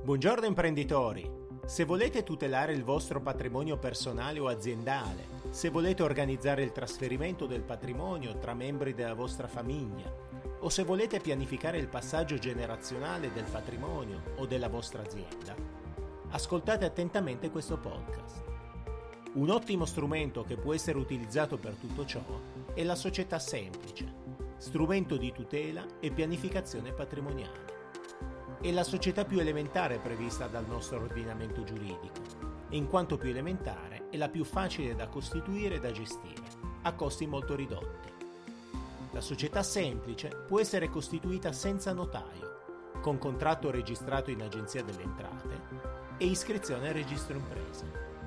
Buongiorno imprenditori! Se volete tutelare il vostro patrimonio personale o aziendale, se volete organizzare il trasferimento del patrimonio tra membri della vostra famiglia, o se volete pianificare il passaggio generazionale del patrimonio o della vostra azienda, ascoltate attentamente questo podcast. Un ottimo strumento che può essere utilizzato per tutto ciò è la società semplice, strumento di tutela e pianificazione patrimoniale. È la società più elementare prevista dal nostro ordinamento giuridico e in quanto più elementare è la più facile da costituire e da gestire, a costi molto ridotti. La società semplice può essere costituita senza notaio, con contratto registrato in Agenzia delle Entrate e iscrizione al registro imprese.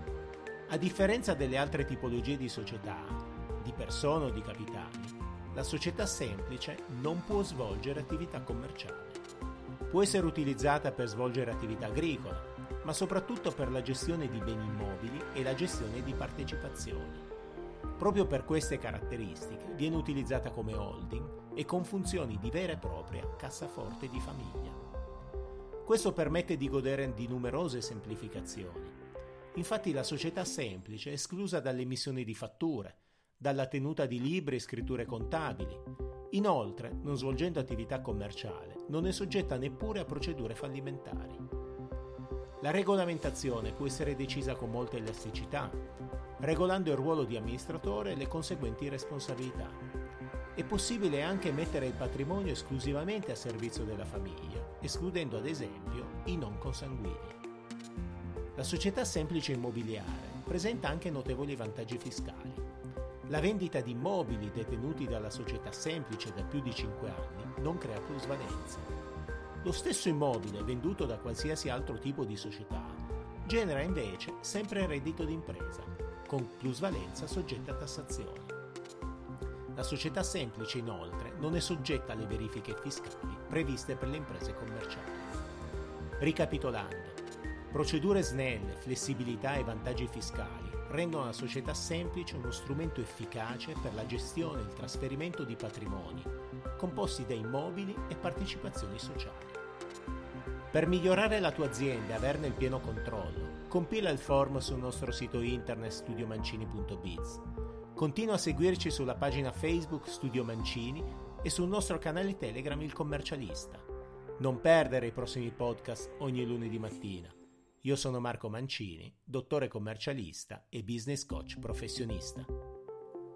A differenza delle altre tipologie di società, di persone o di capitali, la società semplice non può svolgere attività commerciali. Può essere utilizzata per svolgere attività agricola, ma soprattutto per la gestione di beni immobili e la gestione di partecipazioni. Proprio per queste caratteristiche viene utilizzata come holding e con funzioni di vera e propria cassaforte di famiglia. Questo permette di godere di numerose semplificazioni. Infatti la società semplice è esclusa dall'emissione di fatture, dalla tenuta di libri e scritture contabili. Inoltre, non svolgendo attività commerciale, non è soggetta neppure a procedure fallimentari. La regolamentazione può essere decisa con molta elasticità, regolando il ruolo di amministratore e le conseguenti responsabilità. È possibile anche mettere il patrimonio esclusivamente a servizio della famiglia, escludendo ad esempio i non consanguini. La società semplice immobiliare presenta anche notevoli vantaggi fiscali. La vendita di immobili detenuti dalla società semplice da più di 5 anni non crea plusvalenza. Lo stesso immobile venduto da qualsiasi altro tipo di società genera invece sempre reddito d'impresa, con plusvalenza soggetta a tassazione. La società semplice inoltre non è soggetta alle verifiche fiscali previste per le imprese commerciali. Ricapitolando, procedure snelle, flessibilità e vantaggi fiscali rendono la società semplice uno strumento efficace per la gestione e il trasferimento di patrimoni composti da immobili e partecipazioni sociali. Per migliorare la tua azienda e averne il pieno controllo, compila il form sul nostro sito internet studiomancini.biz. Continua a seguirci sulla pagina Facebook Studio Mancini e sul nostro canale Telegram Il Commercialista. Non perdere i prossimi podcast ogni lunedì mattina. Io sono Marco Mancini, dottore commercialista e business coach professionista.